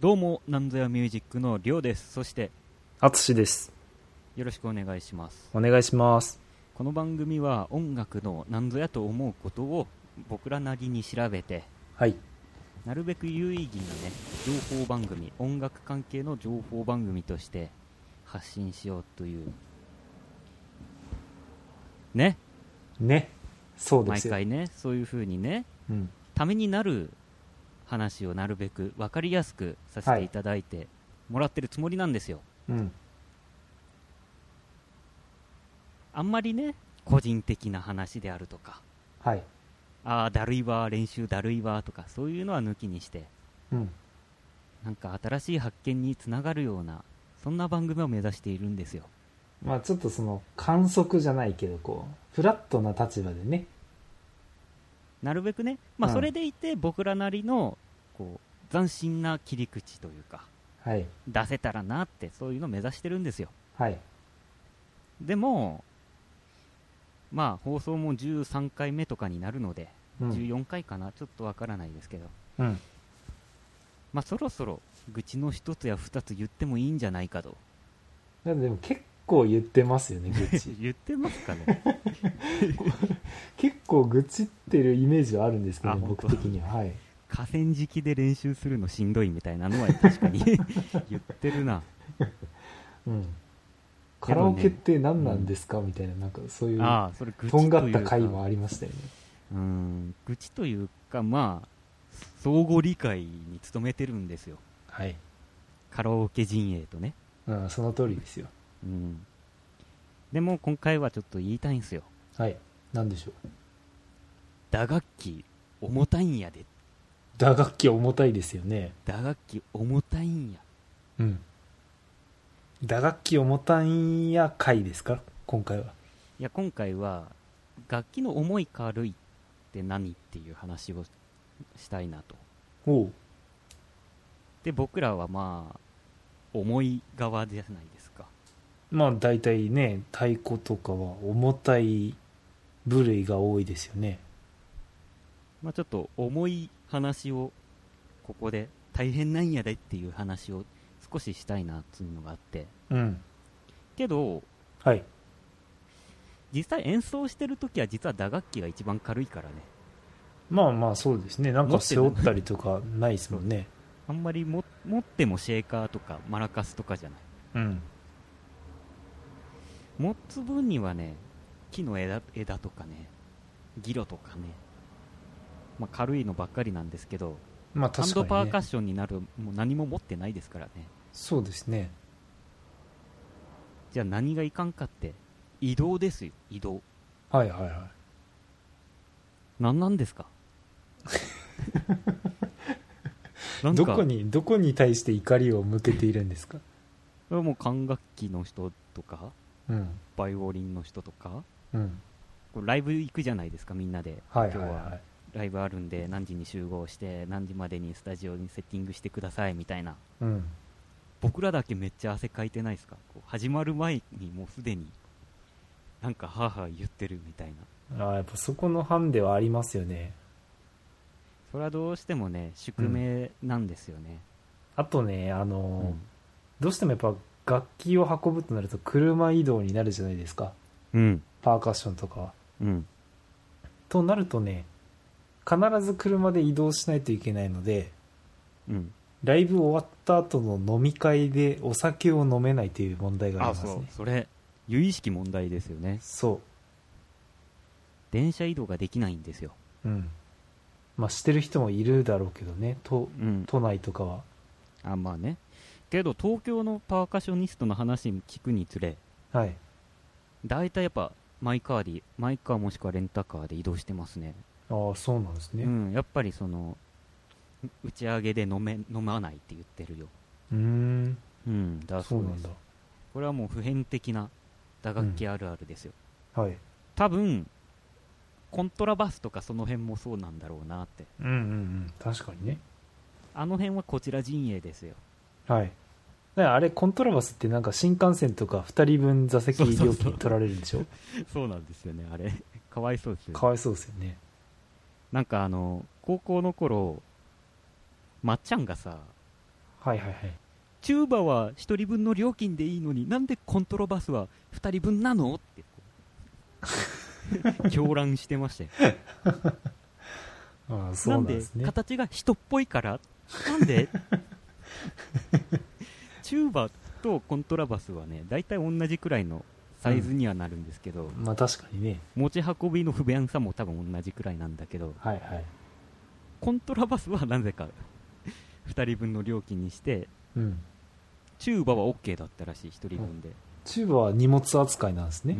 どうもなんぞやミュージックのりょうです。そしてあつしです。 よろしくお願いします。 お願いします。 この番組は音楽のなんぞやと思うことを僕らなりに調べて、 はい、 なるべく有意義なね情報番組、音楽関係の情報番組として発信しようというねそうですよ。 毎回ねそういう風にね、ためになる話をなるべく分かりやすくさせていただいてもらってるつもりなんですよ。あんまりね個人的な話であるとか、だるいわ練習だるいわとかそういうのは抜きにして、なんか新しい発見につながるようなそんな番組を目指しているんですよ。 まあちょっとその観測じゃないけどこうフラットな立場でね、 なるべくね、それでいて僕らなりのこう斬新な切り口というか、出せたらなってそういうのを目指してるんですよ。でも放送も13回目とかになるので、14回かなちょっとわからないですけど、そろそろ愚痴の一つや二つ言ってもいいんじゃないかと。 でも結構言ってますよね愚痴言ってますかね結構愚痴ってるイメージはあるんですけど、僕的には。 河川敷で練習するのしんどいみたいなのは確かに言ってるな。 カラオケって何なんですか、みたいな、なんかそういうとんがった回もありましたよね。 愚痴というか相互理解に努めてるんですよ。カラオケ陣営とね。 その通りですよ。 でも今回はちょっと言いたいんですよ。 何でしょう。 打楽器重たいんやで。 打楽器重たいですよね。 打楽器重たいんや。 打楽器重たいんや回ですか今回は。 いや今回は楽器の重い軽いって何っていう話をしたいなと。で僕らは重い側じゃないですか。 大体ね太鼓とかは重たい部類が多いですよね。 ちょっと重い話をここで大変なんやでっていう話を少ししたいなっていうのがあって、けど、実際演奏してるときは実は打楽器が一番軽いからね。 そうですね。なんか背負ったりとかないですもんね。 あんまり持ってもシェーカーとかマラカスとかじゃない。持つ分にはね木の枝とかねギロとかね、軽いのばっかりなんですけど、 確かにね、 ハンドパーカッションになるもう何も持ってないですからね。 そうですね。 じゃあ何がいかんかって移動ですよ。移動。何なんですかなんかどこに対して怒りを向けているんですか。 もう管楽器の人とか、バイオリンの人とか、ライブ行くじゃないですかみんなで。今日はライブあるんで何時に集合して何時までにスタジオにセッティングしてくださいみたいな、僕らだけめっちゃ汗かいてないですか。始まる前にもうすでになんかハーハー言ってるみたいな。 やっぱそこのハンデはありますよね。 それはどうしてもね宿命なんですよね。 あとねどうしてもやっぱ楽器を運ぶとなると車移動になるじゃないですか、パーカッションとかは、となるとね必ず車で移動しないといけないので、ライブ終わった後の飲み会でお酒を飲めないという問題がありますね。 それ由々しき問題ですよね。電車移動ができないんですよ。 してる人もいるだろうけどね、都内とかは。 けど東京のパーカッショニストの話聞くにつれ、だいたいやっぱマイカーもしくはレンタカーで移動してますね。 そうなんですね。 やっぱりその打ち上げで飲まないって言ってるよ。だそうです。そうなんだ。これはもう普遍的な打楽器あるあるですよ。多分コントラバスとかその辺もそうなんだろうなって。 確かにね。 あの辺はこちら陣営ですよ。 だからあれコントラバスってなんか新幹線とか2人分座席料金取られるんでしょ。 そうなんですよね。あれかわいそうですよね。 かわいそうですよね。 なんか高校の頃まっちゃんがさ、 はいはいはい。 チューバは1人分の料金でいいのになんでコントラバスは2人分なのって狂乱してましたよ。 ああ、そうなんですね。 なんで形が人っぽいからなんでチューバとコントラバスはね大体同じくらいのサイズにはなるんですけど、 まあ確かにね、 持ち運びの不便さも多分同じくらいなんだけど、 はいはい、 コントラバスはなぜか2人分の料金にして、 うん、 チューバは OK だったらしい、1人分で。 チューバは荷物扱いなんですね。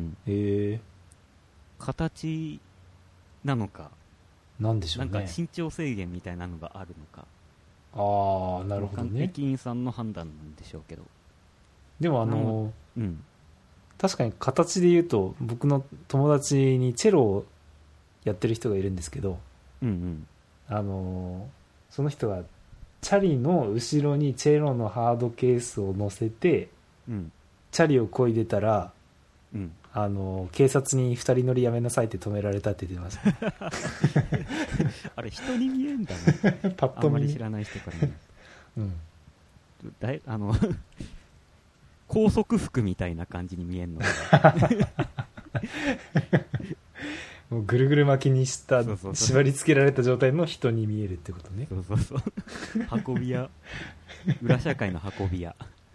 形なのか、 なんでしょうね。 なんか身長制限みたいなのがあるのか。 ああ、なるほどね。 駅員さんの判断なんでしょうけど。 でも確かに形で言うと、僕の友達にチェロをやってる人がいるんですけど、その人がチャリの後ろにチェロのハードケースを乗せて、チャリを漕いでたら、警察に2人乗りやめなさいって止められたって言ってました。 あれ人に見えんだね。パッと見あんまり知らない人からね。高速服みたいな感じに見えんのもうぐるぐる巻きにした縛り付けられた状態の人に見えるってことね。 運び屋、裏社会の運び屋。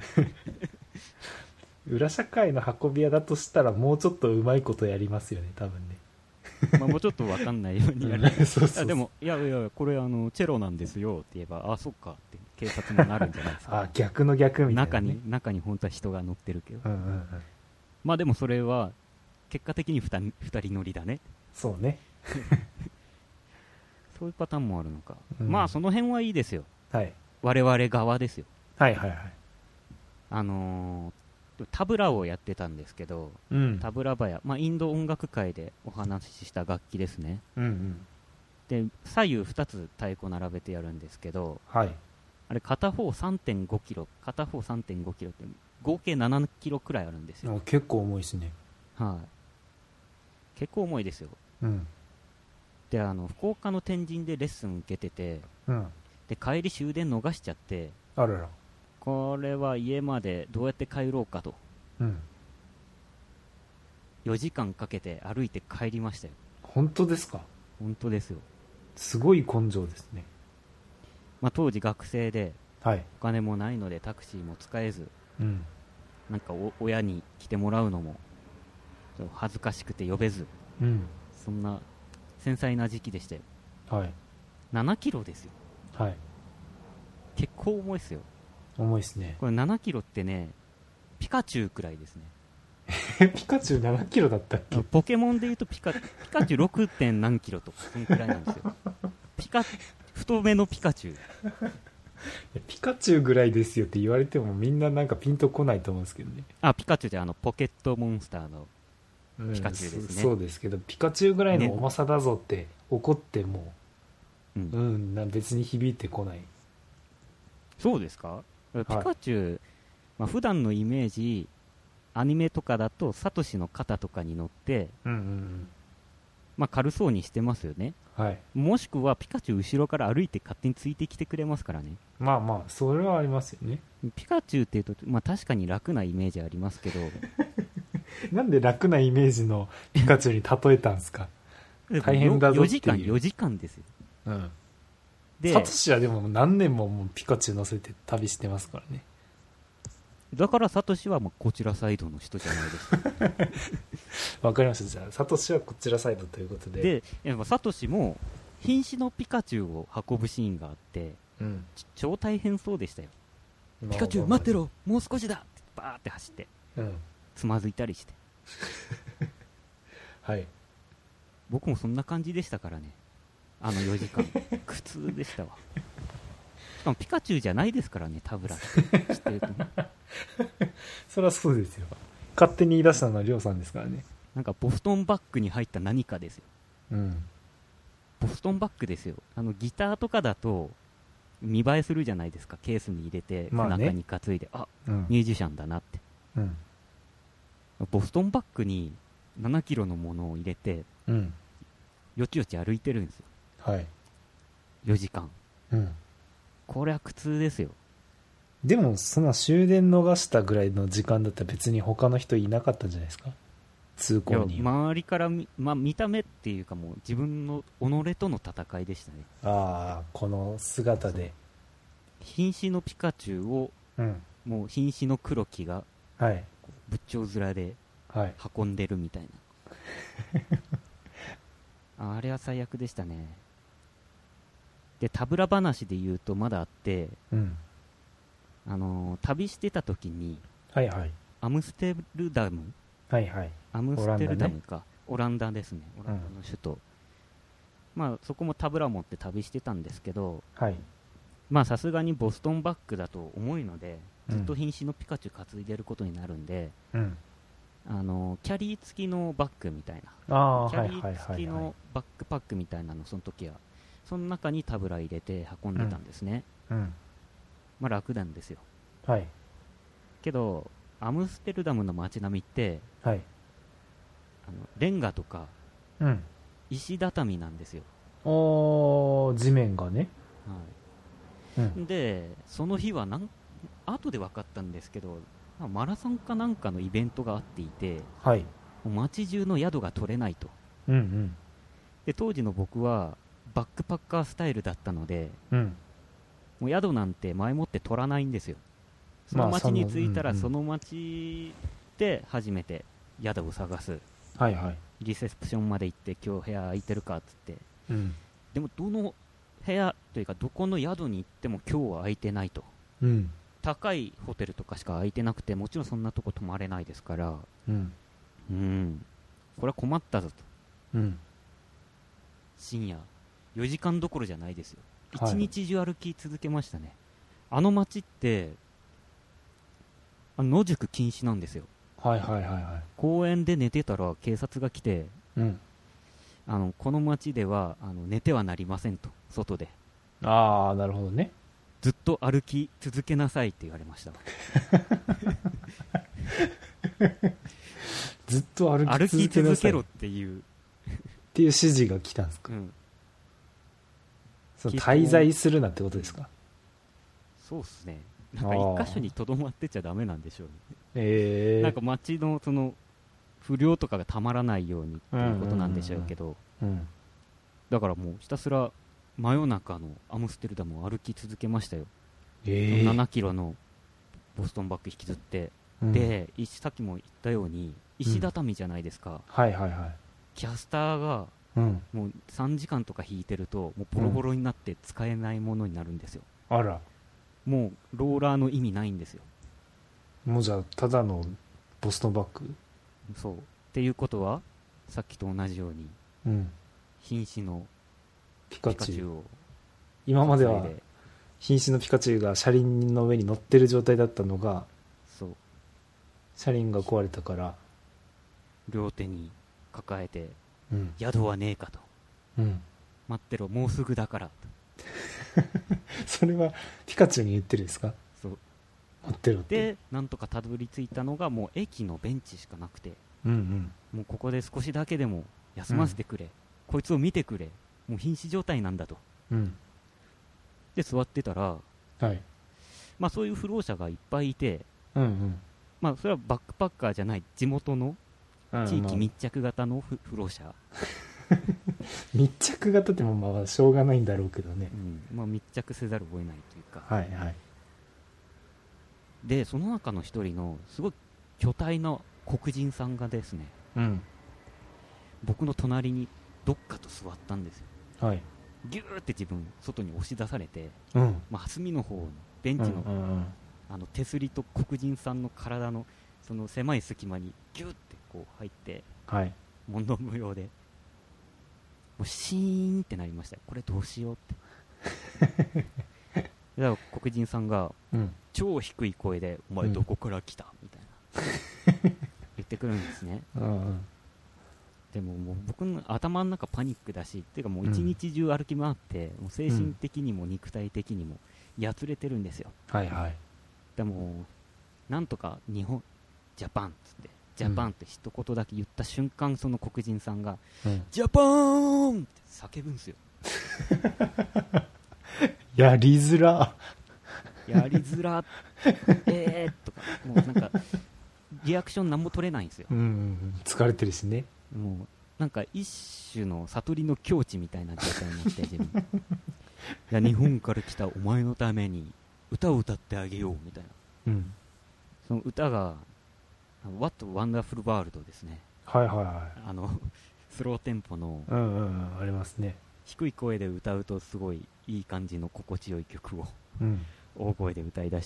裏社会の運び屋だとしたらもうちょっとうまいことやりますよね、多分ね。 もうちょっと分かんないようにやる。でもいやこれチェロなんですよって言えば、あ、そっかって警察もなるんじゃないですか。 あ、逆の逆みたいな、ね、 中に本当は人が乗ってるけど、まあでもそれは結果的に2人乗りだね。 そうね。 そういうパターンもあるのか、まあその辺はいいですよ、 はい、 我々側ですよ。 はいはいはい。 タブラをやってたんですけど、タブラバヤ、インド音楽会でお話しした楽器ですね。で左右2つ太鼓並べてやるんですけど、 はい、 あれ片方 3.5 キロ片方 3.5 キロって合計7キロくらいあるんですよ。 結構重いですね。 はい、結構重いですよ。で福岡の天神でレッスン受けてて、で帰り終電逃しちゃって、 あらら、 これは家までどうやって帰ろうかと、4時間かけて歩いて帰りましたよ。 本当ですか？ 本当ですよ。 すごい根性ですね。 当時学生で、 はい、 お金もないのでタクシーも使えず、なんか親に来てもらうのも恥ずかしくて呼べず、そんな繊細な時期でしたよ。 はい、 7キロですよ。 はい、 結構重いですよ。 重いですね。 これ7キロってね、ピカチュウくらいですね。 ピカチュウ7キロだったっけ？ ポケモンでいうとピカチュウ 6. 点何キロとかそのくらいなんですよ。太めのピカチュウ。 ピカチュウぐらいですよって言われてもみんななんかピンとこないと思うんですけどね。 ピカチュウってポケットモンスターのピカチュウですね。 そうですけど、ピカチュウぐらいの重さだぞって怒っても、別に響いてこない。 そうですか？ピカチュウ、普段のイメージ、アニメとかだとサトシの肩とかに乗って、軽そうにしてますよね。もしくはピカチュウ後ろから歩いて勝手についてきてくれますからね。 それはありますよね。 ピカチュウっていうと、確かに楽なイメージありますけどなんで楽なイメージのピカチュウに例えたんですか？大変だぞっていう。 4時間ですよ。 サトシはでも何年ももうピカチュウ乗せて旅してますからね。 だからサトシはこちらサイドの人じゃないですか。 わかりました。じゃあサトシはこちらサイドということで。 サトシも瀕死のピカチュウを運ぶシーンがあって、超大変そうでしたよ。ピカチュウ待ってろ、もう少しだってバーって走って、つまずいたりしてはい、 僕もそんな感じでしたからね。4時間苦痛でしたわ。しかもピカチュウじゃないですからね、タブラって知ってるとね。 そりゃそうですよ。勝手に言い出したのはリョウさんですからね。 なんかボストンバッグに入った何かですよ。ボストンバッグですよ。ギターとかだと見栄えするじゃないですか。ケースに入れて中に担いで、ミュージシャンだなって、ボストンバッグに7キロのものを入れて、よちよち歩いてるんですよ、4時間。これは苦痛ですよ。 でもそんな終電逃したぐらいの時間だったら別に他の人いなかったんじゃないですか、通行人。 周りから見た目っていうかもう自分の己との戦いでしたね。 ああ、この姿で瀕死のピカチュウを、もう瀕死の黒木が、仏頂面で運んでるみたいな、あれは最悪でしたね。でたぶら話で言うとまだあって、旅してた時に、アムステルダム、アムステルダムか、オランダですね、オランダの首都、まあそこもタブラ持って旅してたんですけど、まあさすがにボストンバッグだと重いので、ずっと瀕死のピカチュウ担いでることになるんで、キャリー付きのバッグみたいな、キャリー付きのバックパックみたいなの、その時はその中にタブラ入れて運んでたんですね。まあ楽なんですよ。けどアムステルダムの街並みって、レンガとか、石畳なんですよ。 地面がね。 でその日は後で分かったんですけど、マラソンかなんかのイベントがあっていて、もう街中の宿が取れないと。で当時の僕はバックパッカースタイルだったので、もう宿なんて前もって取らないんですよ。その町に着いたらその町で初めて宿を探す、リセプションまで行って今日部屋空いてるかっつって、でもどの部屋というかどこの宿に行っても今日は空いてないと、高いホテルとかしか空いてなくて、もちろんそんなとこ泊まれないですから、これは困ったぞと、深夜4時間どころじゃないですよ、一日中歩き続けましたね。あの街って野宿禁止なんですよ。公園で寝てたら警察が来て、この街では寝てはなりませんと、外で。 なるほどね。 ずっと歩き続けなさいって言われました。 ずっと歩き続けろっていう指示が来たんですか。その滞在するなってことですか。 そうっすね。なんか一箇所にとどまってちゃダメなんでしょうね。なんか街のその不良とかがたまらないようにっていうことなんでしょうけど、だからもうひたすら真夜中のアムステルダムを歩き続けましたよ。7キロのボストンバッグ引きずって、でさっきも言ったように石畳じゃないですか、キャスターがもう3時間とか引いてるともうボロボロになって使えないものになるんですよ。もうローラーの意味ないんですよ。 もうじゃあただのボストンバッグ。 そうっていうことはさっきと同じように、瀕死のピカチュウを、 今までは瀕死のピカチュウが車輪の上に乗ってる状態だったのが、車輪が壊れたから両手に抱えて、宿はねえかと、待ってろもうすぐだからとそれはピカチュウに言ってるんですか。待ってろって。 でなんとかたどり着いたのがもう駅のベンチしかなくて、もうここで少しだけでも休ませてくれ、こいつを見てくれ、もう瀕死状態なんだと、で座ってたら、まあそういう不老者がいっぱいいて、まあそれはバックパッカーじゃない地元の地域密着型の不老者密着型ってもまあしょうがないんだろうけどね、 まあ、密着せざるを得ないというか、でその中の一人のすごい巨体の黒人さんがですね、僕の隣にどっかと座ったんですよ。ギューって自分外に押し出されて、まあ、隅の方のベンチの、手すりと黒人さんの体のその狭い隙間にギューってこう入って、問答無用でもうシーンってなりました。これどうしようってだから黒人さんが、超低い声でお前どこから来た、みたいな言ってくるんですね。でももう僕の頭の中パニックだし、っていうかもう一日中歩き回って、もう精神的にも肉体的にもやつれてるんですよ。でもなんとか日本ジャパンっつってジャパンって一言だけ言った瞬間、その黒人さんが、ジャパーンって叫ぶんですよ。 やりづらやりづらとかもうなんかリアクション何も取れないんですよ。 疲れてるしね。 もうなんか一種の悟りの境地みたいな状態になって自分いや日本から来たお前のために歌を歌ってあげようみたいな、その歌が What Wonderful World ですね。 はいはいはい。 スローテンポの、 ありますね。 低い声で歌うとすごいいい感じの心地よい曲を、大声で歌い出して、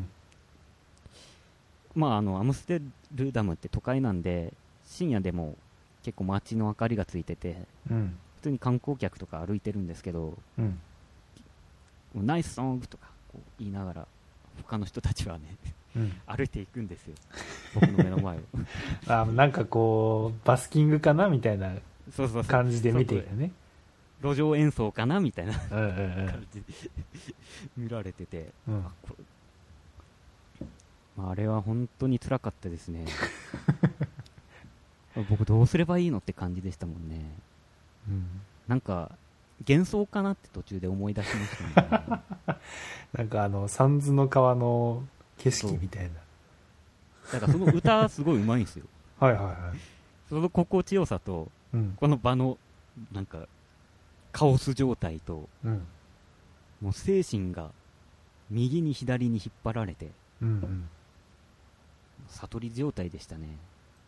まあアムステルダムって都会なんで深夜でも結構街の明かりがついてて、普通に観光客とか歩いてるんですけど、ナイスソングとかこう言いながら他の人たちはね、歩いていくんですよ、僕の目の前をなんかこうバスキングかなみたいな感じで見ているね。 路上演奏かなみたいな感じで見られてて、あれは本当に辛かったですね僕どうすればいいのって感じでしたもんね。なんか幻想かなって途中で思い出しましたねなんか三途の川の景色みたいな。 だからその歌すごいうまいんですよはいはいはい。 その心地よさと、この場のなんかカオス状態と、もう精神が右に左に引っ張られて、悟り状態でしたね。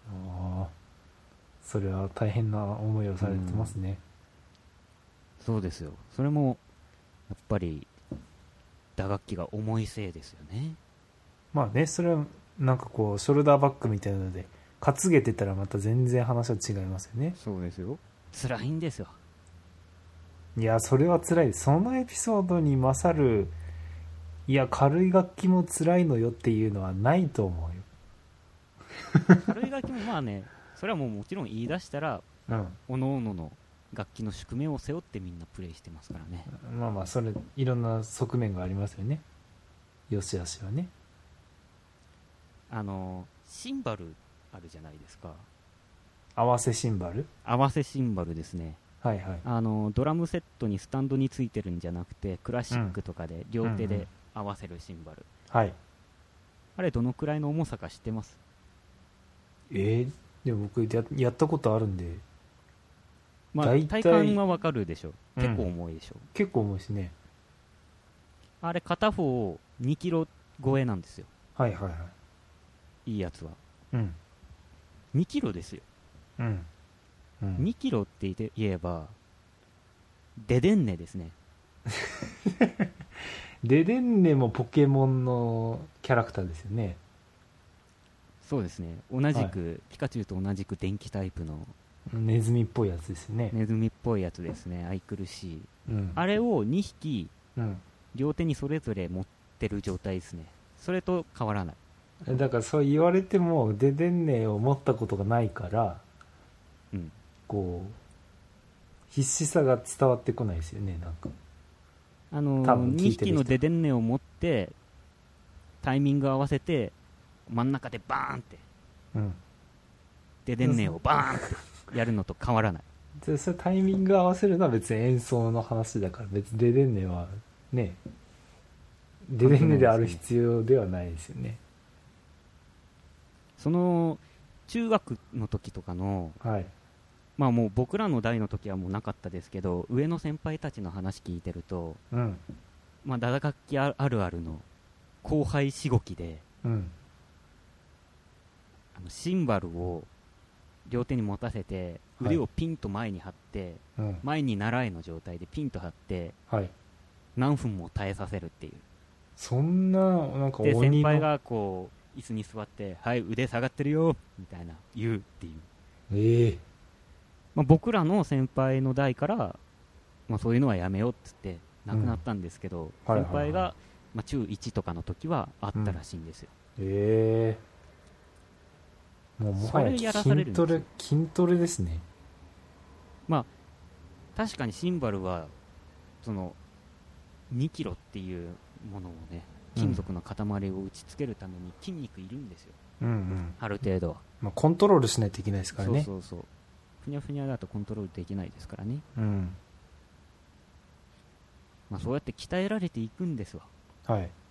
それは大変な思いをされてますね。 そうですよ。それもやっぱり打楽器が重いせいですよね。 まあね、それはなんかこうショルダーバッグみたいなので担げてたらまた全然話は違いますよね。 そうですよ。辛いんですよ。 いや、それは辛いです。そのエピソードに勝る、いや軽い楽器も辛いのよっていうのはないと思うよ軽い楽器もまあね、それはもちろん言い出したら、おのおのの楽器の宿命を背負ってみんなプレイしてますからね。 まあまあ、それいろんな側面がありますよね。よしあしはね。 シンバルあるじゃないですか。 合わせシンバル？ 合わせシンバルですね。 はいはい。 ドラムセットにスタンドについてるんじゃなくて、クラシックとかで両手で合わせるシンバル、 はい。 あれどのくらいの重さか知ってます？ でも僕やったことあるんで、 まあ、体感はわかるでしょ。結構重いでしょ。 結構重いですね。 あれ片方2キロ超えなんですよ。 はいはいはい。 いいやつは。2キロですよ。2キロって言えばデデンネですねデデンネもポケモンのキャラクターですよね。 そうですね。同じく、ピカチュウと同じく電気タイプのネズミっぽいやつですね。 ネズミっぽいやつですね。愛くるしい、あれを2匹、両手にそれぞれ持ってる状態ですね。それと変わらない。 だからそう言われてもデデンネを持ったことがないから、こう必死さが伝わってこないですよね。なんか 2匹のデデンネを持ってタイミング合わせて真ん中でバーンって、デデンネをバーンってやるのと変わらない。 それタイミング合わせるのは別に演奏の話だから、別にデデンネはね、デデンネである必要ではないですよね。 その中学の時とかの、まあもう僕らの代の時はもうなかったですけど、上の先輩たちの話聞いてると、まあ打楽器あるあるの後輩しごきで、シンバルを両手に持たせて腕をピンと前に張って、前に習いの状態でピンと張って、何分も耐えさせるっていう。 そんな、なんかで先輩がこう椅子に座って、はい腕下がってるよみたいな言うっていう。まあ、僕らの先輩の代から、まあ、そういうのはやめようっつって亡くなったんですけど、先輩が、まあ、中1とかの時はあったらしいんですよ。 もうもはや筋トレですね。 まあ確かにシンバルはその2キロっていうものをね、金属の塊を打ち付けるために筋肉いるんですよ、ある程度は。 まあ、コントロールしないといけないですからね。 そうふにゃふにゃだとコントロールできないですからね。 まあ、そうやって鍛えられていくんですわ。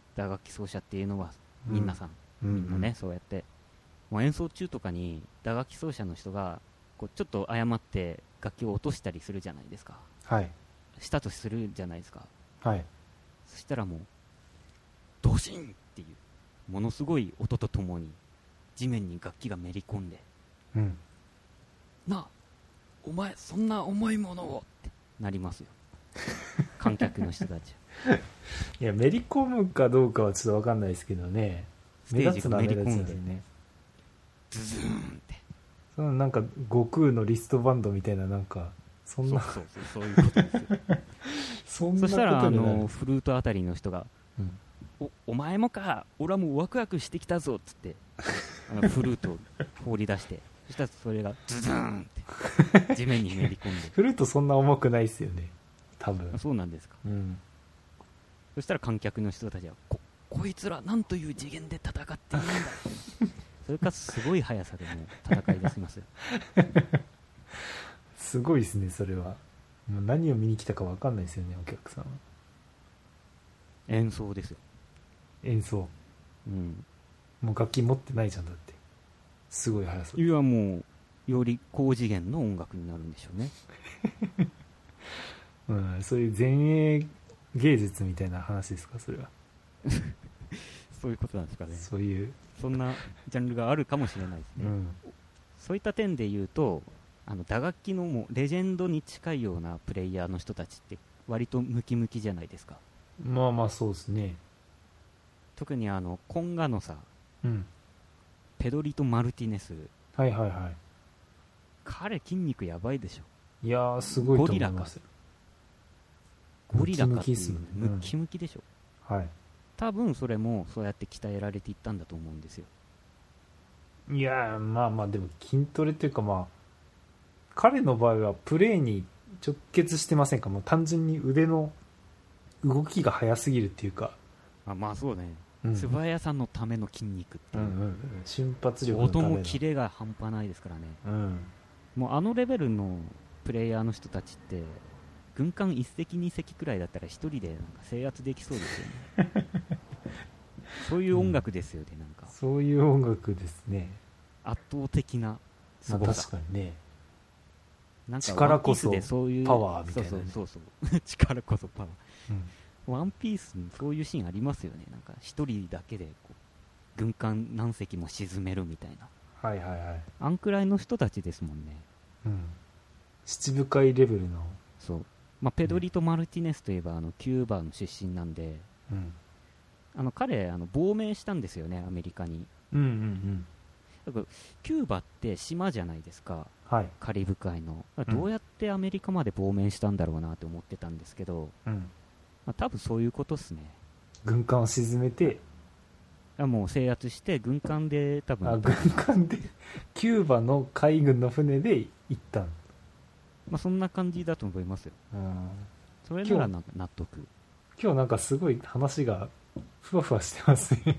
打楽器奏者っていうのはみんなさん、みんなね、そうやってもう演奏中とかに打楽器奏者の人がこうちょっと誤って楽器を落としたりするじゃないですか。 はい。 したとするじゃないですか。 はい。 そしたらもうドシンっていうものすごい音とともに地面に楽器がめり込んで、 うん、 なあお前そんな重いものをってなりますよ観客の人たちいやめり込むかどうかはちょっと分かんないですけどね、 目立つのは目立つんでね、 ズズーンってそのなんか悟空のリストバンドみたいな、なんかそんなそういうことですよそしたらフルートあたりの人が、お前もか、俺はもうワクワクしてきたぞっつってフルートを放り出して、そしたらそれがズズーンって地面にめり込んでフルートそんな重くないですよね多分。 そうなんですか、そしたら観客の人たちはこいつらなんという次元で戦っているんだそれかすごい速さでも戦い出しますよすごいですねそれは。もう何を見に来たか分かんないですよねお客さんは。 演奏ですよ。 演奏、もう楽器持ってないじゃんだって。すごい速さ。 いやもうより高次元の音楽になるんでしょうねそういう前衛芸術みたいな話ですかそれはそういうことなんですかね。 そういうそんなジャンルがあるかもしれないですね、そういった点で言うと打楽器のもうレジェンドに近いようなプレイヤーの人たちって割とムキムキじゃないですか。 まあまあそうですね。 特にコンガのさ、ペドリとマルティネス、 はいはいはい、 彼筋肉やばいでしょ。 いやーすごいと思いますよ。 ゴリラかっていうムキムキでしょ、 はい。 多分それもそうやって鍛えられていったんだと思うんですよ。 いやまあまあでも筋トレっていうか、まあ彼の場合はプレーに直結してませんか。もう単純に腕の動きが速すぎるっていうか。 まあそうね、素早さのための筋肉っていう、 瞬発力のための音もキレが半端ないですからね、もうレベルのプレイヤーの人たちって軍艦1隻2隻くらいだったら1人でなんか制圧できそうですよねそういう音楽ですよね、なんかそういう音楽ですね。 圧倒的なすごさ、 確かにね。 なんか力こそそういうパワーみたいな、 そう力こそパワー、ワンピースにそういうシーンありますよね。なんか一人だけでこう軍艦何隻も沈めるみたいな、あんくらいの人たちですもんね。 七部会レベルの。 そう、ペドリとマルティネスといえばキューバの出身なんで、彼亡命したんですよねアメリカに。だからキューバって島じゃないですか、カリブ海の。どうやってアメリカまで亡命したんだろうなって思ってたんですけど、多分そういうことっすね。 軍艦を沈めてもう制圧して軍艦で多分軍艦でキューバの海軍の船で行ったん。 そんな感じだと思いますよ。それならなんか納得。 今日なんかすごい話がふわふわしてますね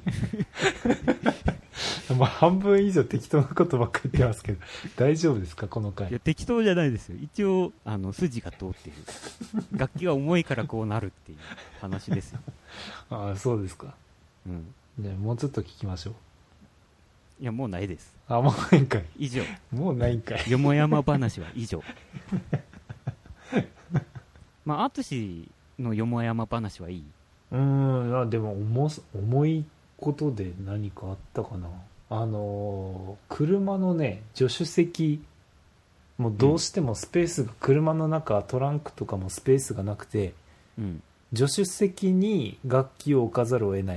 半分以上適当なことばっかり言ってますけど大丈夫ですかこの回。 いや適当じゃないですよ。一応筋が通っている楽器が重いからこうなるっていう話ですよそうですか。じゃあもうちょっと聞きましょう。 いやもうないです。 もうないんかい。 以上。 もうないんかい。 よもやま話は以上淳のよもやま話はいい。 でも重いことで何かあったかな。車のね助手席もうどうしてもスペースが、車の中トランクとかもスペースがなくて、助手席に楽器を置かざるを得ない、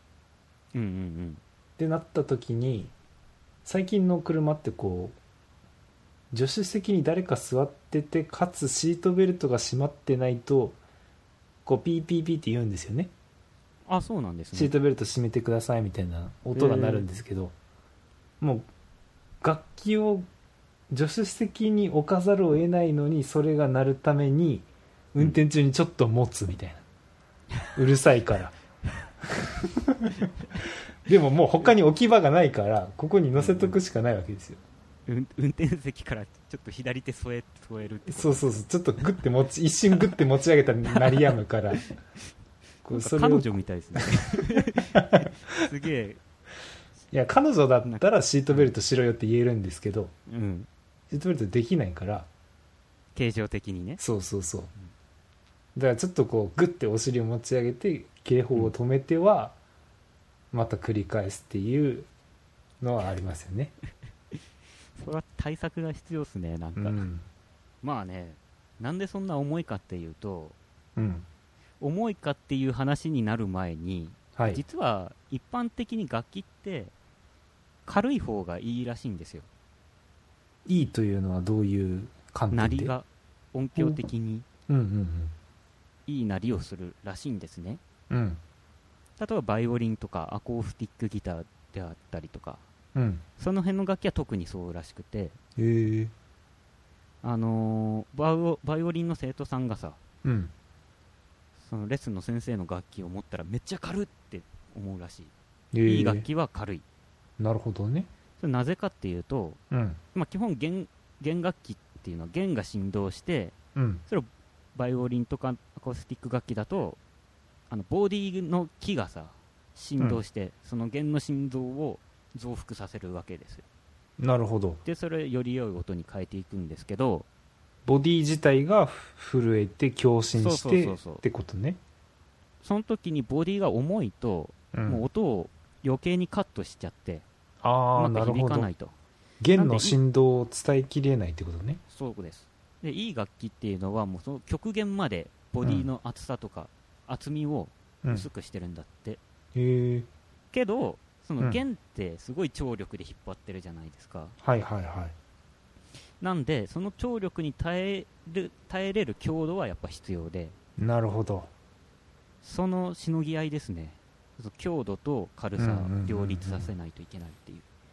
ってなった時に、最近の車ってこう助手席に誰か座っててかつシートベルトが閉まってないとこうピーピーピーって言うんですよね。 そうなんですね。 シートベルト閉めてくださいみたいな音が鳴るんですけど、もう楽器を助手席に置かざるを得ないのにそれが鳴るために運転中にちょっと持つみたいな、うるさいからでももう他に置き場がないからここに乗せとくしかないわけですよ。 運転席からちょっと左手添えるって。 そうちょっとグッて一瞬グッて持ち上げたら鳴りやむから彼女みたいですねすげえ。 いや彼女だったらシートベルトしろよって言えるんですけど、うん、シートベルトできないから形状的にね。 そうそうそう、だからちょっとこうグッてお尻を持ち上げて警報を止めてはまた繰り返すっていうのはありますよねそれは対策が必要ですねなんか、うん、まあね、なんでそんな重いかっていうと、うん、重いかっていう話になる前に、はい、実は一般的に楽器って軽い方がいいらしいんですよ。 いいというのはどういう観点で？ 鳴りが音響的にいい鳴りをするらしいんですね、うん、例えばバイオリンとかアコースティックギターであったりとか、うん、その辺の楽器は特にそうらしくて、バイオリンの生徒さんがさ、うん、そのレッスンの先生の楽器を持ったらめっちゃ軽いって思うらしい、いい楽器は軽い。 なるほどね。 それなぜかっていうと、うんまあ、基本弦楽器っていうのは弦が振動して、うん、それをバイオリンとかアコースティック楽器だとボディの木がさ振動して、うん、その弦の振動を増幅させるわけですよ。 なるほど。 でそれをより良い音に変えていくんですけど、 ボディ自体が震えて共振してってことね。 その時にボディが重いと、うん、もう音を余計にカットしちゃってうまく響かないと。 弦の振動を伝えきれないってことね。 そうです。でいい楽器っていうのはもうその極限までボディの厚さとか厚みを薄くしてるんだって、うん、けどその弦ってすごい張力で引っ張ってるじゃないですか、 はいはいはい。 なんでその張力に耐えれる強度はやっぱ必要で。 なるほど。そのしのぎ合いですね。強度と軽さ両立させないといけないっていう、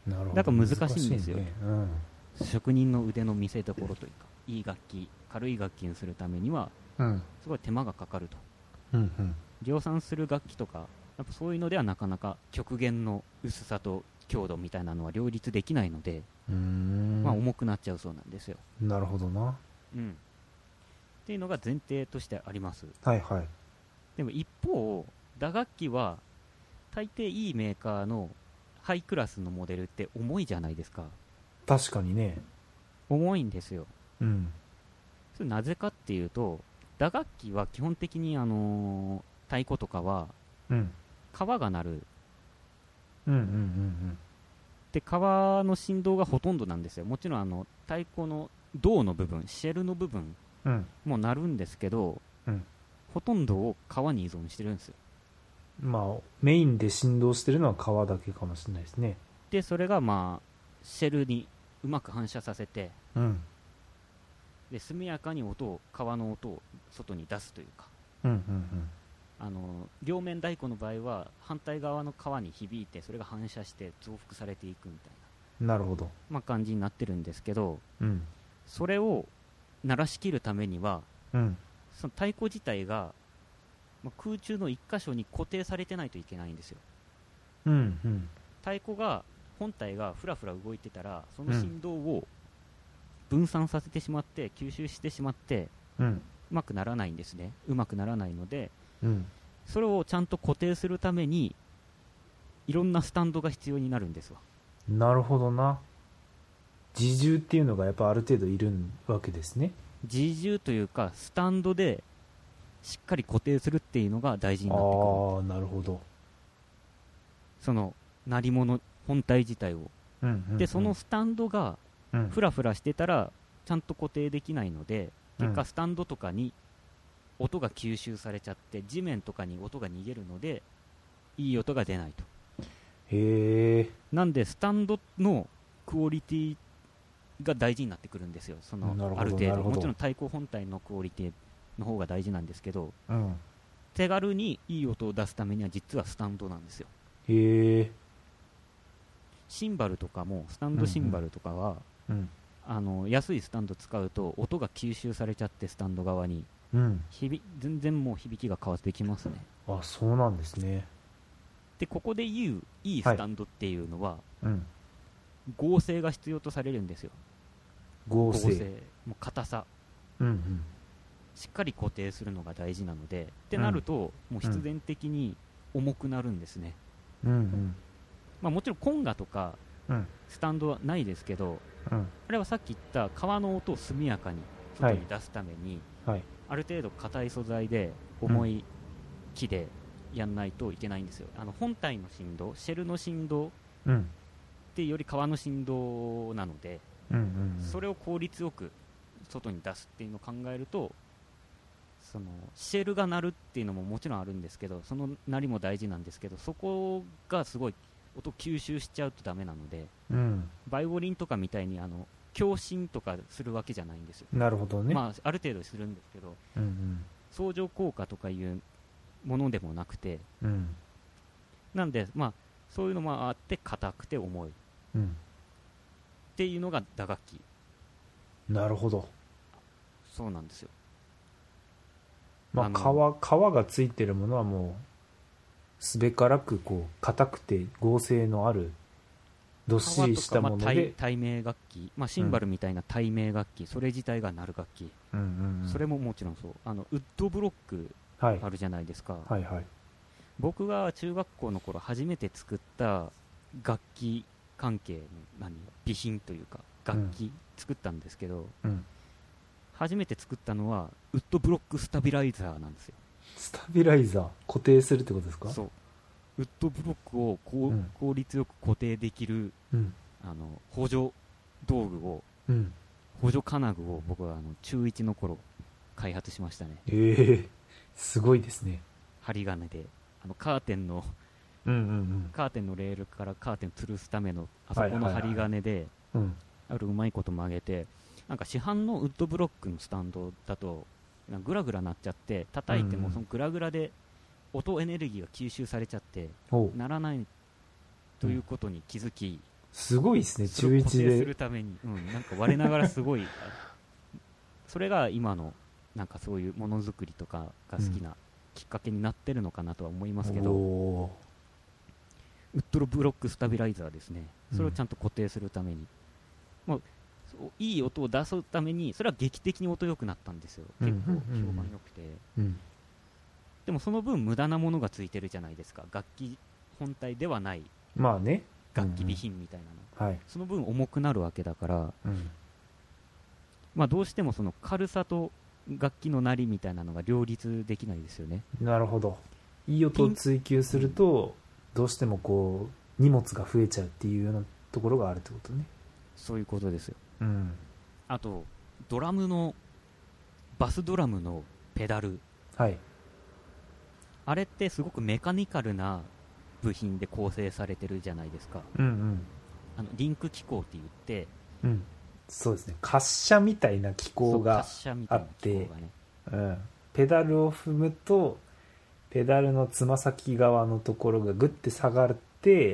なるほど、だから難しいんですよ、ねうん、職人の腕の見せ所というか、いい楽器軽い楽器にするためにはすごい手間がかかると、うんうん、量産する楽器とかやっぱそういうのではなかなか極限の薄さと強度みたいなのは両立できないので、まあ、重くなっちゃうそうなんですよ。 なるほどな、 うん、っていうのが前提としてあります。 はいはい。 でも一方打楽器は大抵いいメーカーのハイクラスのモデルって重いじゃないですか。 確かにね、 重いんですよ、うん、それなぜかっていうと、打楽器は基本的に太鼓とかは、うん、革が鳴る、うんうんうんうん、で革の振動がほとんどなんですよ。もちろん太鼓の胴の部分、シェルの部分も鳴るんですけど、うん、ほとんどを革に依存してるんですよ。 まあメインで振動してるのは革だけかもしれないですね。 でそれがまあシェルにうまく反射させて、うん、で速やかに革の音を外に出すというか、うんうんうん、両面太鼓の場合は反対側の革に響いてそれが反射して増幅されていくみたいな、なるほど、 まあ、感じになってるんですけど、うん、それを鳴らしきるためには、うん、その太鼓自体が空中の一箇所に固定されてないといけないんですよ、うんうん、太鼓が本体がフラフラ動いてたらその振動を分散させてしまって吸収してしまって、うん、うまくならないんですね。うまくならないので、うん、それをちゃんと固定するためにいろんなスタンドが必要になるんですわ。 なるほどな。自重っていうのがやっぱある程度いるわけですね。 自重というかスタンドでしっかり固定するっていうのが大事になってくる。 ああ、なるほど。 その鳴り物本体自体を、うんうんうん、でそのスタンドがフラフラしてたらちゃんと固定できないので、結果スタンドとかに音が吸収されちゃって地面とかに音が逃げるのでいい音が出ないと。 へえ。 なんでスタンドのクオリティが大事になってくるんですよ。そのある程度もちろん太鼓本体のクオリティの方が大事なんですけど、うん、手軽にいい音を出すためには実はスタンドなんですよ。 へえ。 シンバルとかもスタンドシンバルとかは、うんうん、安いスタンド使うと音が吸収されちゃってスタンド側に、うん、全然もう響きが変わってきますね。 あ、そうなんですね。 でここで言ういいスタンドっていうのは、はいうん、合成が必要とされるんですよ。 合成もう硬さ、 うんうん、 しっかり固定するのが大事なので、ってなると、もう必然的に重くなるんですね。まあ、もちろんコンガとかスタンドはないですけど、あれはさっき言った革の音を速やかに外に出すために、ある程度硬い素材で重い木でやんないといけないんですよ。本体の振動、シェルの振動っていうより革の振動なので、それを効率よく外に出すっていうのを考えると、そのシェルが鳴るっていうのももちろんあるんですけど、その鳴りも大事なんですけど、そこがすごい音吸収しちゃうとダメなので、バイオリンとかみたいに共振とかするわけじゃないんですよ。 なるほどね。 まあ、ある程度するんですけど、相乗効果とかいうものでもなくて、なんで、まあ、そういうのもあって硬くて重い、っていうのが打楽器。 なるほど。 そうなんですよ。 まあ、皮がついてるものはもうすべからくこう硬くて合成のあるどっしりしたもので、 対名楽器、まあ、シンバルみたいな対名楽器、それ自体が鳴る楽器、それももちろんそう、ウッドブロックあるじゃないですか、僕が中学校の頃初めて作った楽器関係の備品というか楽器作ったんですけど、初めて作ったのはウッドブロックスタビライザーなんですよ。 スタビライザー、固定するってことですか？ そう、ウッドブロックを効率よく固定できる、補助道具を、補助金具を僕は中1の頃開発しましたね。 すごいですね。 針金でカーテンのカーテンのレールからカーテンを吊るすためのあそこの針金であるうまいこと曲げて、なんか市販のウッドブロックのスタンドだとグラグラなっちゃって、叩いてもそのグラグラで音エネルギーが吸収されちゃってならないということに気づき、 すごいですね。中1で固定するために、なんか我ながらすごいそれが今のなんかそういうものづくりとかが好きなきっかけになってるのかなとは思いますけど、ウッドブロックスタビライザーですね。それをちゃんと固定するために、もういい音を出すために、それは劇的に音良くなったんですよ。結構評判良くて、でもその分無駄なものがついてるじゃないですか。楽器本体ではないまあね、 楽器備品みたいなの、その分重くなるわけだから、まあどうしてもその軽さと楽器の鳴りみたいなのが両立できないですよね。 なるほど。いい音を追求すると、どうしてもこう荷物が増えちゃうっていうようなところがあるってことね。 そういうことですよ。あとドラムのバスドラムのペダル、あれってすごくメカニカルな部品で構成されてるじゃないですか。リンク機構って言って、 そうですね、滑車みたいな機構があって、ペダルを踏むとペダルのつま先側のところがグッて下がって、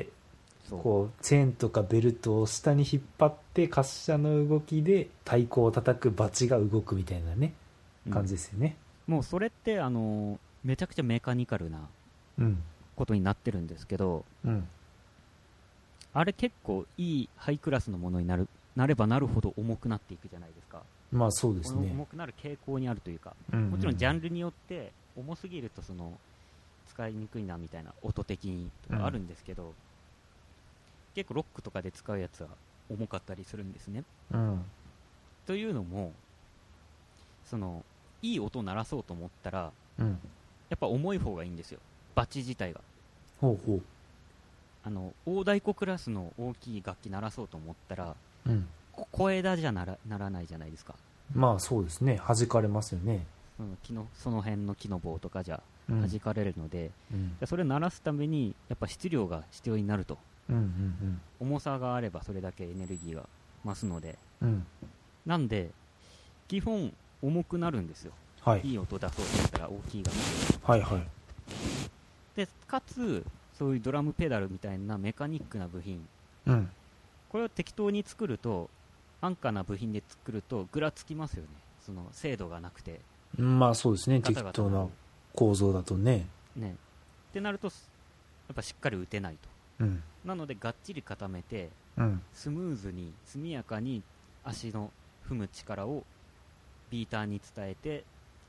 こうチェーンとかベルトを下に引っ張って滑車の動きで太鼓を叩くバチが動くみたいなね、感じですよね。 もうそれってめちゃくちゃメカニカルなことになってるんですけど、あれ結構いいハイクラスのものになればなるほど重くなっていくじゃないですか。 まあそうですね。 重くなる傾向にあるというか、もちろんジャンルによって重すぎるとその使いにくいなみたいな音的にとかあるんですけど、結構ロックとかで使うやつは重かったりするんですね。というのも、そのいい音を鳴らそうと思ったら、やっぱ重い方がいいんですよ、バチ自体が。大太鼓クラスの大きい楽器鳴らそうと思ったら、小枝じゃならないじゃないですか。 まあそうですね、弾かれますよね。 その辺の木の棒とかじゃ弾かれるので、それを鳴らすためにやっぱ質量が必要になると、重さがあればそれだけエネルギーが増すので、なんで基本重くなるんですよ、いい音出そうとしたら大きい楽器で、かつそういうドラムペダルみたいなメカニックな部品、これを適当に作ると、安価な部品で作るとぐらつきますよね、その精度がなくて。 まあそうですね、適当な構造だとね。 ってなるとやっぱしっかり打てないと、なのでがっちり固めて、スムーズに速やかに足の踏む力をビーターに伝えて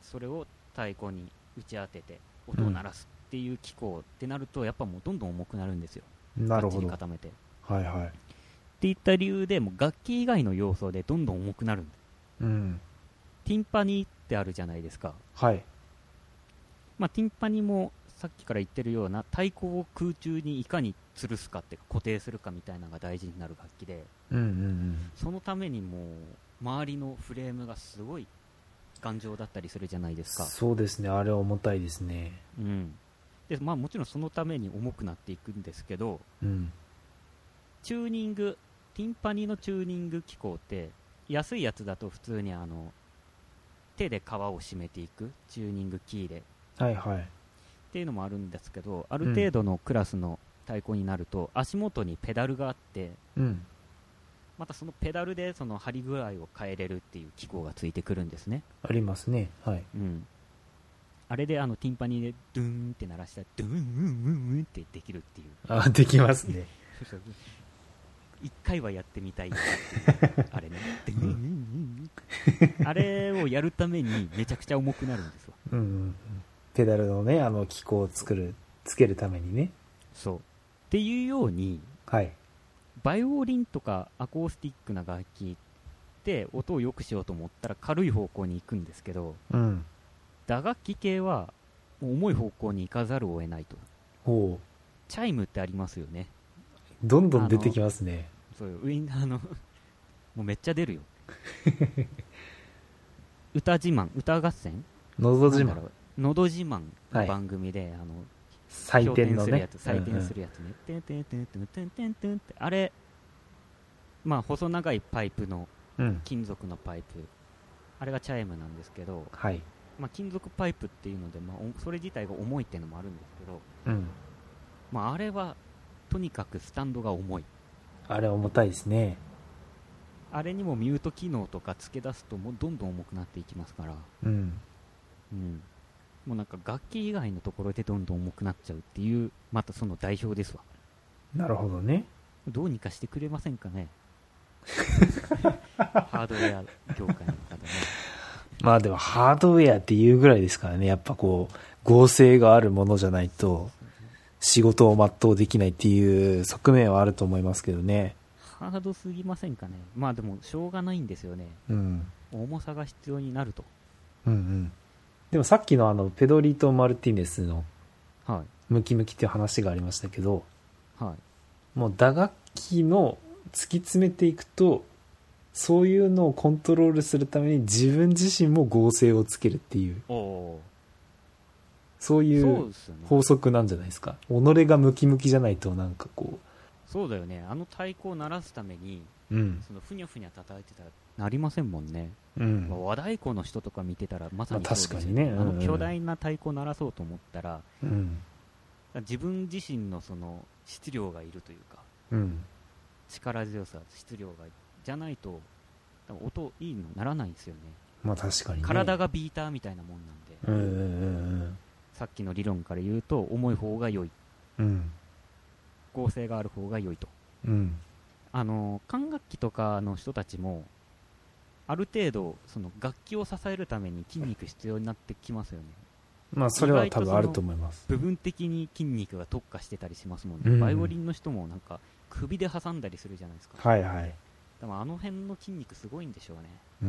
それを太鼓に打ち当てて音を鳴らすっていう機構ってなると、やっぱもうどんどん重くなるんですよ。 なるほど。 ガッチリ固めて、 はいはい。 っていった理由でもう楽器以外の要素でどんどん重くなるんで、 うん、 ティンパニーってあるじゃないですか。 はい。 まあ、ティンパニーもさっきから言ってるような太鼓を空中にいかに吊るすかって固定するかみたいなのが大事になる楽器で、 うんうんうん、 そのためにもう周りのフレームがすごい頑丈だったりするじゃないですか。 そうですね、あれは重たいですね。 うん。で、まあもちろんそのために重くなっていくんですけど、 うん、 チューニング、ティンパニーのチューニング機構って安いやつだと普通に手で皮を締めていくチューニングキーで、 はいはい、 っていうのもあるんですけど、ある程度のクラスの太鼓になると足元にペダルがあって、 うん、 またそのペダルでその張り具合を変えれるっていう機構がついてくるんですね。 ありますね。はい。 うん。あれでティンパニーでドゥーンって鳴らしたらドゥーンウンウンウンってできるっていう。 あ、できますね。 一回はやってみたいっていうあれね、あれをやるためにめちゃくちゃ重くなるんですわ。 うんうんうん、ペダルのね、機構をつけるためにね。 そうっていうように、 はい、 バイオリンとかアコースティックな楽器って音を良くしようと思ったら軽い方向に行くんですけど、 うん、 打楽器系は重い方向に行かざるを得ないと。 ほう。 チャイムってありますよね。 どんどん出てきますね。 そういうウィンもうめっちゃ出るよ。歌自慢、歌合戦、 のど自慢、 のど自慢の番組で、 採点のね、 採点するやつね、てんてんてんてんてんてんてんって、あれ、まあ細長いパイプの、金属のパイプ、あれがチャイムなんですけど、 はい、 まあ、金属パイプっていうので、まあ、それ自体が重いっていうのもあるんですけど、 うん、 まあ、あれはとにかくスタンドが重い。 あれ重たいですね。 あれにもミュート機能とか付け出すともうどんどん重くなっていきますから、 うんうん、もうなんか楽器以外のところでどんどん重くなっちゃうっていう、またその代表ですわ。 なるほどね。 どうにかしてくれませんかねハードウェア業界の方ね。 まあでもハードウェアっていうぐらいですからね、やっぱこう合成があるものじゃないと仕事を全うできないっていう側面はあると思いますけどね。 ハードすぎませんかね。まあでもしょうがないんですよね、 うん、 重さが必要になると。 うんうん。でもさっきのペドリとマルティネスのムキムキっていう話がありましたけど、 はい、 もう打楽器の突き詰めていくとそういうのをコントロールするために自分自身も合成をつけるっていう、そういう法則なんじゃないですか。己がムキムキじゃないとなんかこう。 そうだよね。太鼓を鳴らすために、 うん、 そのふにゃふにゃ叩いてたらなりませんもんね。 うん、 和太鼓の人とか見てたらまさにそうですよ、 確かにね、 巨大な太鼓を鳴らそうと思ったら、 うん、 自分自身のその質量がいるというか、 うん、 力強さ、質量がじゃないと多分音いいのならないんですよね。 まあ確かにね。 体がビーターみたいなもんなんで、さっきの理論から言うと重い方が良い、 うん、 合成がある方が良いと、 うん、 管楽器とかの人たちもある程度その楽器を支えるために筋肉必要になってきますよね。 まあそれは多分あると思います。 部分的に筋肉が特化してたりしますもんね、バイオリンの人もなんか首で挟んだりするじゃないですか。 はいはい。 でも辺の筋肉すごいんでしょうね。 うん、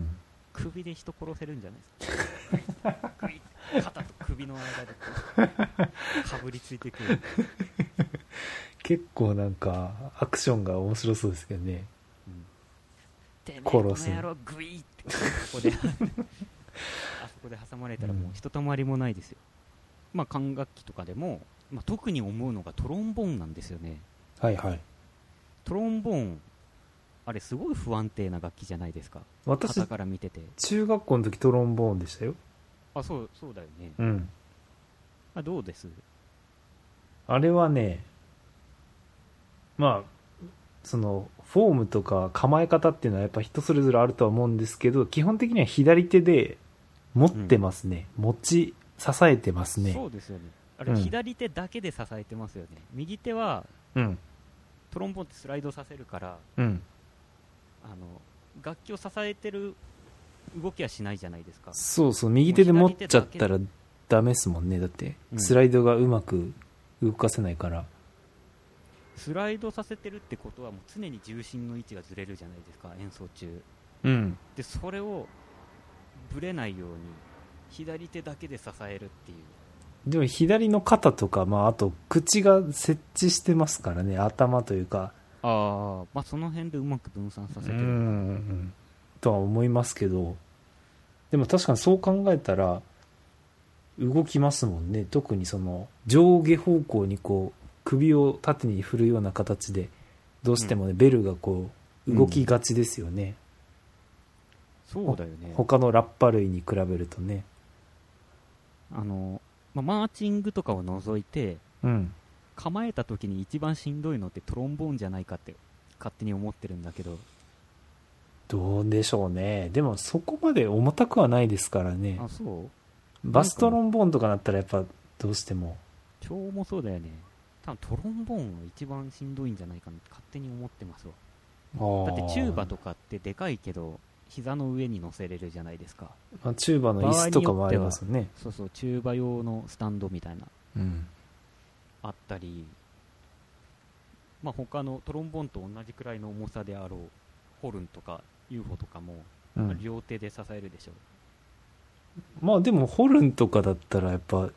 首で人殺せるんじゃないですか肩と首の間でかぶりついてくる結構なんかアクションが面白そうですけどね、 殺すこの野郎グイーってここであそこで挟まれたらもうひとたまりもないですよ。まあ管楽器とかでも、まあ、特に思うのがトロンボーンなんですよね。 はいはい。 トロンボーンあれすごい不安定な楽器じゃないですか。 私から見てて中学校の時トロンボーンでしたよ。 あ、そうだよね。 うん。 どうです？ あれはね、まあそのフォームとか構え方っていうのはやっぱ人それぞれあるとは思うんですけど、基本的には左手で持ってますね、支えてますね。 そうですよね。あれ、左手だけで支えてますよね。右手は、トロンボーンってスライドさせるから、楽器を支えてる動きはしないじゃないですか。 そうそう、右手で持っちゃったらダメっすもんね。だってスライドがうまく動かせないから、 スライドさせてるってことはもう常に重心の位置がずれるじゃないですか、演奏中。でそれをぶれないように左手だけで支えるっていう。 でも左の肩とか、あと口が設置してますからね、頭というか。 その辺でうまく分散させてるとは思いますけど、でも確かにそう考えたら動きますもんね。特にその上下方向にこう首を縦に振るような形でどうしてもね、ベルがこう動きがちですよね。 そうだよね。 他のラッパ類に比べるとね。 マーチングとかを除いて、構えた時に一番しんどいのってトロンボーンじゃないかって勝手に思ってるんだけど。 どうでしょうね。でもそこまで重たくはないですからね。 そう？ バストロンボーンとかだったらやっぱどうしても。 超重そうだよね。多分トロンボーンが一番しんどいんじゃないかなって勝手に思ってますわ。だってチューバとかってでかいけど膝の上に乗せれるじゃないですか。 チューバの椅子とかもありますよね。 そうそう、チューバ用のスタンドみたいな、あったり、他のトロンボーンと同じくらいの重さであろうホルンとか UFO とかも、両手で支えるでしょ。 でもホルンとかだったらやっぱ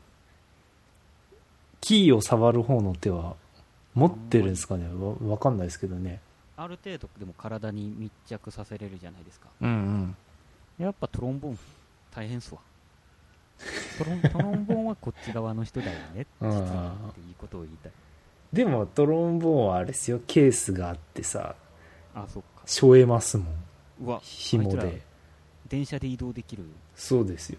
キーを触る方の手は持ってるんですかね。わかんないですけどね。 ある程度でも体に密着させれるじゃないですか。やっぱトロンボーン大変っすわ。トロンボーンはこっち側の人だよね実はっていうことを言いたい。 でもトロンボーンはあれですよ、ケースがあってさ、 そっか、 背負えますもん。 うわ、 紐で電車で移動できる。 そうですよ。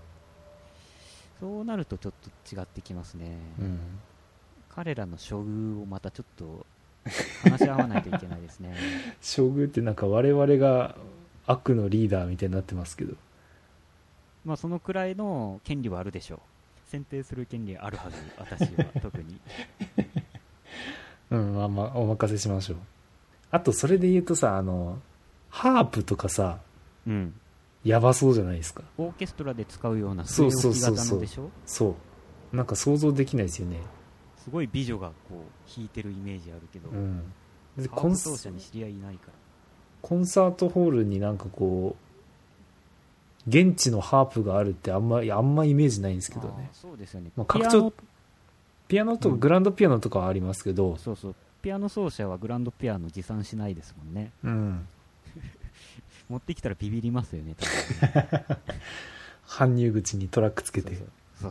そうなるとちょっと違ってきますね。彼らの処遇をまたちょっと話し合わないといけないですね。 処遇ってなんか我々が悪のリーダーみたいになってますけど、 そのくらいの権利はあるでしょう。選定する権利あるはず、私は特に。 お任せしましょう。あとそれで言うとさ、ハープとかさ、やばそうじゃないですか。 オーケストラで使うような据え置き型のでしょ。 そうなんか想像できないですよね。 すごい美女がこう弾いてるイメージあるけど、ハープ奏者に知り合いいないから。 コンサートホールになんかこう現地のハープがあるってあんまイメージないんですけどね。 そうですよね。 拡張ピアノとかグランドピアノとかはありますけど、 そうそう、ピアノ奏者はグランドピアノ持参しないですもんね。持ってきたらビビりますよね。 搬入口にトラックつけて。 そう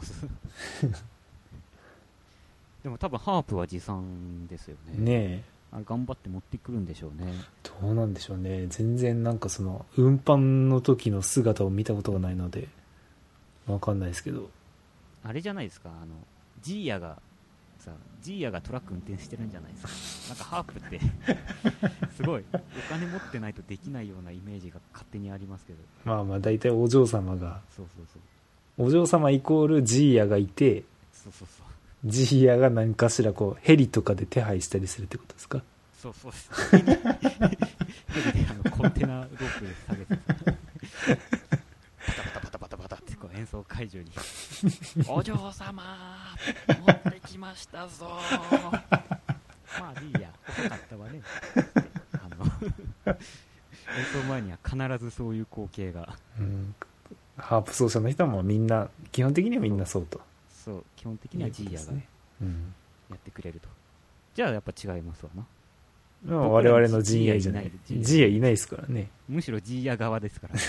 でも多分ハープは持参ですよね。 ねえ。 頑張って持ってくるんでしょうね。 どうなんでしょうね。全然なんかその運搬の時の姿を見たことがないのでわかんないですけど。 あれじゃないですか、ジーヤがトラック運転してるんじゃないですか。なんかハープってすごいお金持ってないとできないようなイメージが勝手にありますけど。 大体お嬢様が、 そうお嬢様イコールジーヤがいて、ジーヤが何かしらこうヘリとかで手配したりするってことですか。 そうヘリでコンテナロープで下げてバタバタってこう演奏会場にお嬢様持ってきましたぞいいや遅かったわね演奏前には必ずそういう光景が、 ハープ奏者の人はもうみんな基本的にはみんなそうと。 そう基本的にはジーヤがやってくれると。じゃあやっぱ違いますわな。 我々のジーヤじゃない。ジーヤいないですからね。 むしろジーヤ側ですから、ね、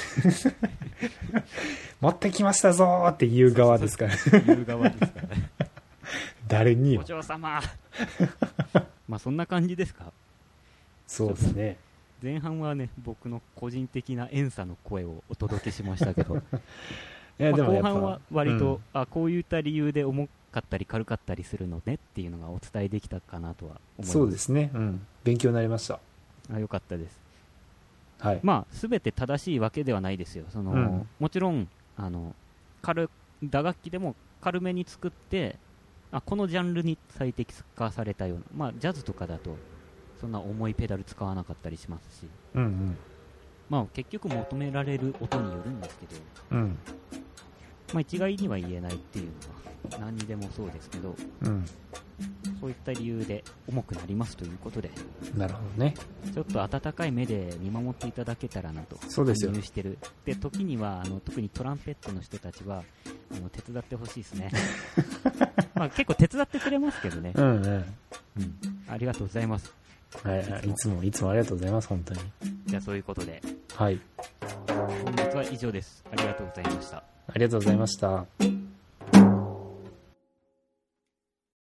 持ってきましたぞーって言う側ですから言う側ですからね。 誰によお嬢様そんな感じですか。 そうですね。 前半はね僕の個人的な演歌の声をお届けしましたけどでも後半は割と、こういった理由で重かったり軽かったりするのねっていうのがお伝えできたかなとは思います。 そうですね、勉強になりました。 よかったです。 はい、 全て正しいわけではないですよ。もちろん打楽器でも軽めに作ってこのジャンルに最適化されたような、ジャズとかだとそんな重いペダル使わなかったりしますし、 まあ、結局求められる音によるんですけど、まあ、一概には言えないっていうのは何にでもそうですけど、そういった理由で重くなりますということで、 なるほどね。 ちょっと温かい目で見守っていただけたらなと。 そうですよ。 してる。で、時には特にトランペットの人たちは手伝ってほしいですね。まあ、結構手伝ってくれますけどね。ありがとうございます。 いつもありがとうございます、本当に。 じゃあそういうことで、 はい。 本日は以上です。ありがとうございました。 ありがとうございました。